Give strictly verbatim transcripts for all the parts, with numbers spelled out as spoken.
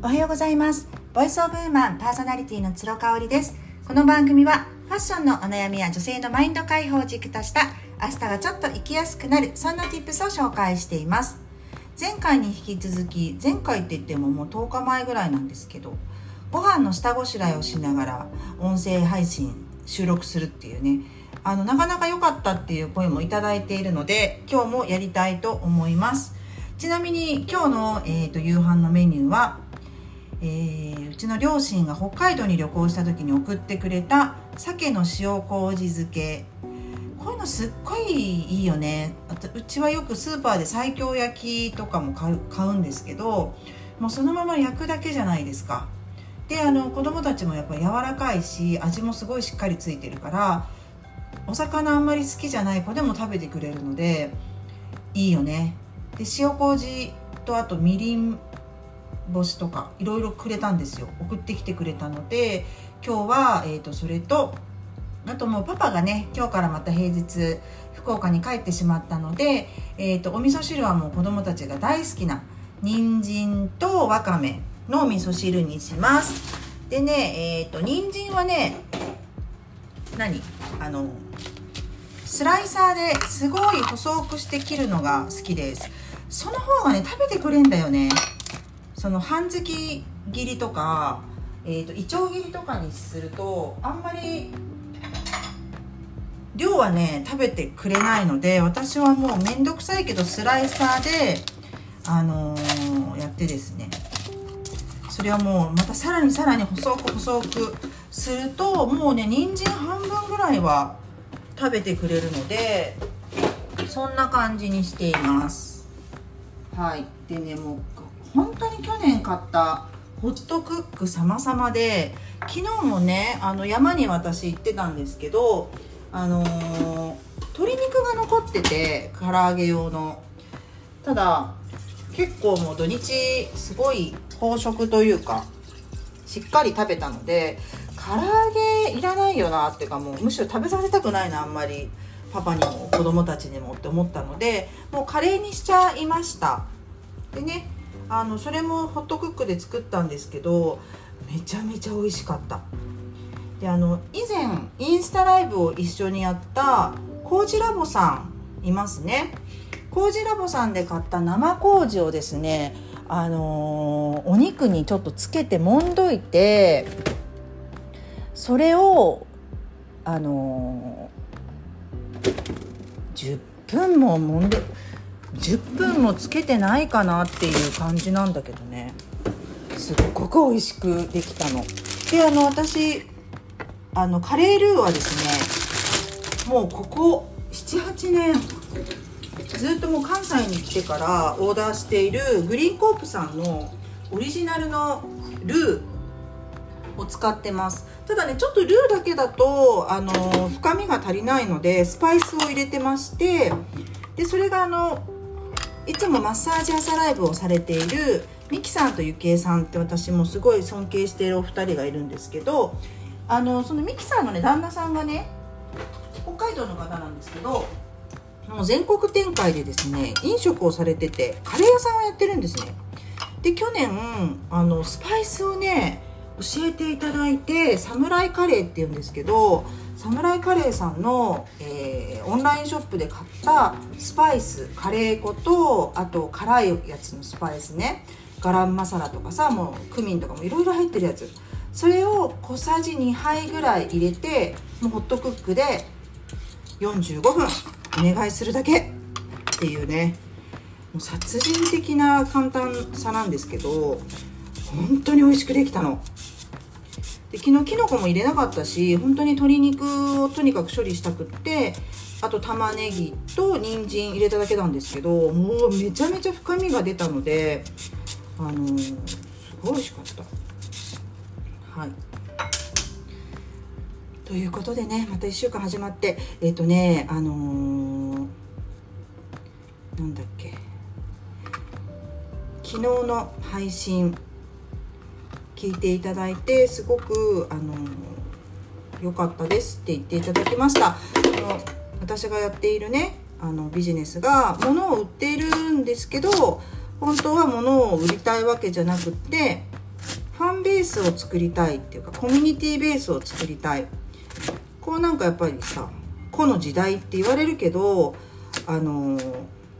おはようございます。ボイスオブウーマンパーソナリティのつろかおりです。この番組はファッションのお悩みや女性のマインド解放を軸とした明日がちょっと生きやすくなる、そんな Tips を紹介しています。前回に引き続き、前回って言ってももうとおかまえぐらいなんですけど、ご飯の下ごしらえをしながら音声配信収録するっていうね、あのなかなか良かったっていう声もいただいているので、今日もやりたいと思います。ちなみに今日の、えーと、夕飯のメニューはえー、うちの両親が北海道に旅行した時に送ってくれた鮭の塩麹漬け。こういうのすっごいいいよね。あとうちはよくスーパーで西京焼きとかも買う、買うんですけど、もうそのまま焼くだけじゃないですか。であの子供たちもやっぱり柔らかいし、味もすごいしっかりついてるから、お魚あんまり好きじゃない子でも食べてくれるのでいいよね。で塩麹とあとみりん干しとかいろいろくれたんですよ。送ってきてくれたので、今日は、えーと、それとあともうパパがね、今日からまた平日福岡に帰ってしまったので、えーと、お味噌汁はもう子供たちが大好きな人参とわかめのお味噌汁にします。でね、えーと人参はね、何あのスライサーですごい細くして切るのが好きです。その方がね食べてくれんだよね。その半月切りとか、えーと、いちょう切りとかにするとあんまり量はね食べてくれないので、私はもうめんどくさいけどスライサーで、あのー、やってですね、それはもうまたさらにさらに細く細くすると、もうね人参半分ぐらいは食べてくれるので、そんな感じにしています。はい。でね、もう本当に去年買ったホットクック様々で、昨日もねあの山に私行ってたんですけど、あのー、鶏肉が残ってて唐揚げ用の、ただ結構もう土日すごい飽食というかしっかり食べたので、唐揚げいらないよなっていうか、もうむしろ食べさせたくないな、あんまりパパにも子供たちにもって思ったので、もうカレーにしちゃいました。でね、あのそれもホットクックで作ったんですけど、めちゃめちゃ美味しかった。であの以前インスタライブを一緒にやった麹ラボさんいますね。麹ラボさんで買った生麹をですね、あのー、お肉にちょっとつけて揉んどいて、それをあのー、じゅっぷんも揉んでじゅっぷんもつけてないかなっていう感じなんだけどね、すっごく美味しくできたので、あの私あのカレールーはですね、もうここ ななはちねんずっともう関西に来てからオーダーしているグリーンコープさんのオリジナルのルーを使ってます。ただね、ちょっとルーだけだとあの深みが足りないのでスパイスを入れてまして、でそれがあのいつもマッサージ朝ライブをされているミキさんとゆきえさんって、私もすごい尊敬しているお二人がいるんですけど、あのそのミキさんのね旦那さんがね北海道の方なんですけど、もう全国展開でですね飲食をされててカレー屋さんをやってるんですね。で去年あのスパイスをね教えていただいて、サムライカレーっていうんですけど、サムライカレーさんの、えー、オンラインショップで買ったスパイス、カレー粉とあと辛いやつのスパイスね、ガラムマサラとかさ、もうクミンとかもいろいろ入ってるやつ、それを小さじにはいぐらい入れて、もうホットクックでよんじゅうごふんお願いするだけっていうね、もう殺人的な簡単さなんですけど、本当に美味しくできたので、昨日キノコも入れなかったし、本当に鶏肉をとにかく処理したくって、あと玉ねぎと人参入れただけなんですけど、もうめちゃめちゃ深みが出たので、あのー、すごい美味しかった。はい、ということでね、またいっしゅうかん始まって、えっとねあのー、なんだっけ昨日の配信聞いていただいて、すごくあの良かったですって言っていただきました。あの私がやっているねあのビジネスが物を売っているんですけど、本当は物を売りたいわけじゃなくって、 ァンベースを作りたいっていうか、コミュニティベースを作りたい。こうなんかやっぱりさ、この時代って言われるけど、あのー、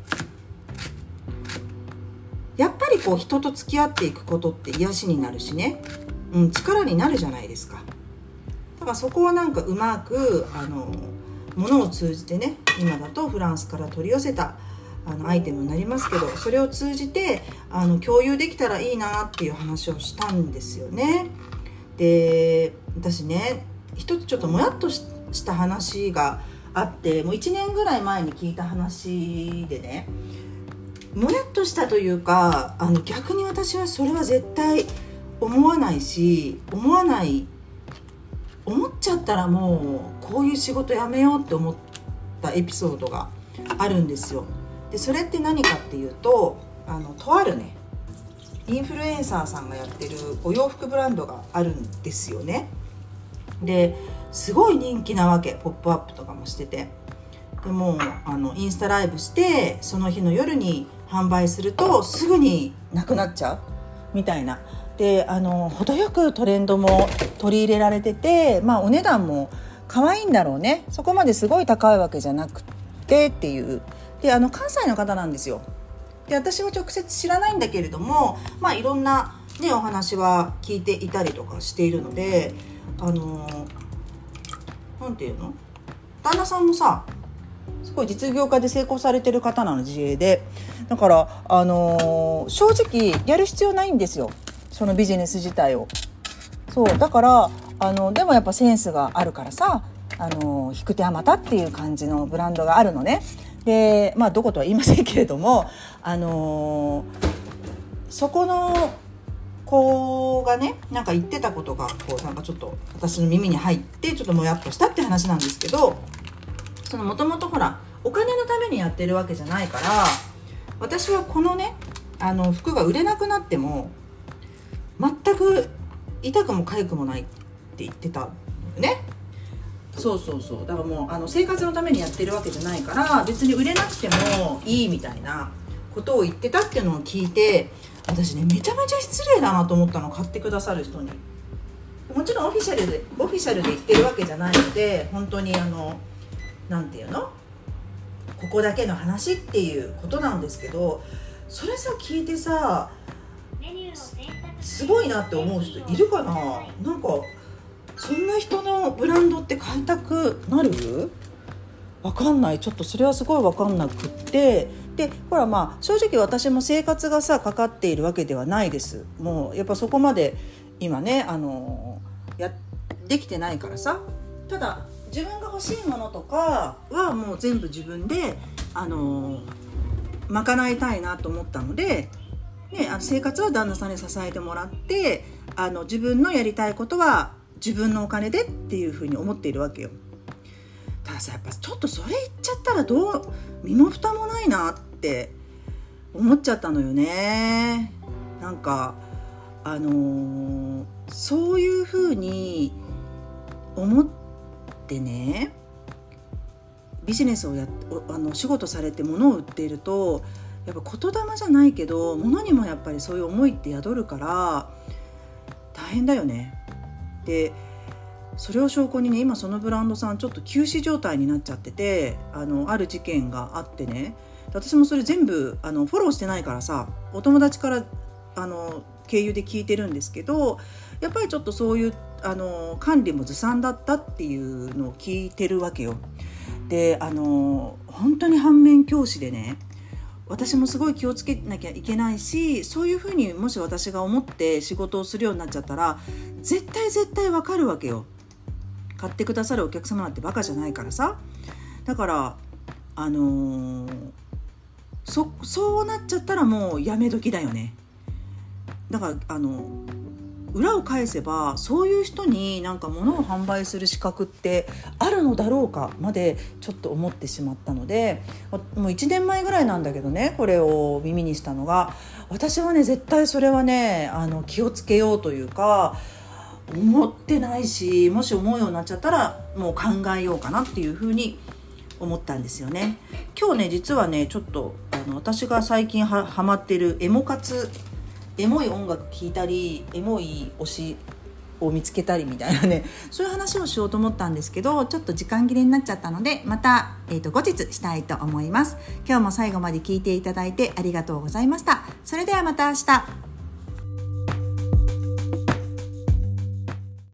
やっぱりこう人と付き合っていくことって癒しになるしね、うん、力になるじゃないですか。だからそこはなんかうまく、あのー、ものを通じてね、今だとフランスから取り寄せたあのアイテムになりますけど、それを通じてあの共有できたらいいなっていう話をしたんですよね。で、私ね、一つちょっともやっとした話があって、もういちねんぐらい前に聞いた話でね、もやっとしたというか、あの逆に私はそれは絶対思わないし、思わない思っちゃったらもうこういう仕事やめようって思ったエピソードがあるんですよ。でそれって何かっていうと、あのとあるねインフルエンサーさんがやってるお洋服ブランドがあるんですよね。ですごい人気なわけ。ポップアップとかもしてて、でもあのインスタライブしてその日の夜に販売するとすぐになくなっちゃうみたいな。であの程よくトレンドも取り入れられてて、まあお値段も可愛いんだろうね。そこまですごい高いわけじゃなくてっていう。であの関西の方なんですよ。で私は直接知らないんだけれども、まあいろんなねお話は聞いていたりとかしているので、あのなんていうの、旦那さんもさすごい実業家で成功されてる方なの、自営で。だからあの正直やる必要ないんですよ、そのビジネス自体を。そうだからあのでもやっぱセンスがあるからさ、あの引く手あまたっていう感じのブランドがあるのね。でまあどことは言いませんけれども、あのそこの子がねなんか言ってたことがこうなんかちょっと私の耳に入ってちょっともやっとしたって話なんですけど、そのもともとほらお金のためにやってるわけじゃないから、私はこのねあの服が売れなくなっても全く痛くも痒くもないって言ってたのよね。そうそうそう。だからもうあの生活のためにやってるわけじゃないから別に売れなくてもいいみたいなことを言ってたっていうのを聞いて、私ねめちゃめちゃ失礼だなと思ったの、買ってくださる人に。もちろんオフィシャルでオフィシャルで言ってるわけじゃないので、本当にあのなんていうの、ここだけの話っていうことなんですけど、それさ聞いてさすごいなって思う人いるかな。なんかそんな人のブランドって買いたくなる？わかんない。ちょっとそれはすごいわかんなくって、でほらまあ正直私も生活がさかかっているわけではないです。もうやっぱそこまで今ねあのやできてないからさ。ただ自分が欲しいものとかはもう全部自分であの賄いたいなと思ったので、ね、あの生活は旦那さんに支えてもらって、あの自分のやりたいことは自分のお金でっていうふうに思っているわけよ。たださやっぱちょっとそれ言っちゃったらどう身も蓋もないなって思っちゃったのよね。なんかあのー、そういうふうに思ってね、ビジネスをやっあの仕事されて物を売っているとやっぱ言霊じゃないけど物にもやっぱりそういう思いって宿るから大変だよね。でそれを証拠にね今そのブランドさんちょっと休止状態になっちゃってて、あのある事件があってね、私もそれ全部あのフォローしてないからさ、お友達からあの経由で聞いてるんですけど、やっぱりちょっとそういうあの管理もずさんだったっていうのを聞いてるわけよ。であの本当に反面教師でね、私もすごい気をつけなきゃいけないし、そういうふうにもし私が思って仕事をするようになっちゃったら絶対絶対わかるわけよ。買ってくださるお客様なんてバカじゃないからさ。だからあのー、そ, そうなっちゃったらもうやめ時だよね。だからあの裏を返せばそういう人になんか物を販売する資格ってあるのだろうかまでちょっと思ってしまったので、もういちねんまえぐらいなんだけどね、これを耳にしたのが。私はね絶対それはねあの気をつけようというか思ってないし、もし思うようになっちゃったらもう考えようかなっていうふうに思ったんですよね。今日ね実はねちょっとあの私が最近はハマってるエモ活っエモい音楽聴いたりエモい推しを見つけたりみたいなね、そういう話をしようと思ったんですけど、ちょっと時間切れになっちゃったので、また、えーと、後日したいと思います。今日も最後まで聞いていただいてありがとうございました。それではまた明日。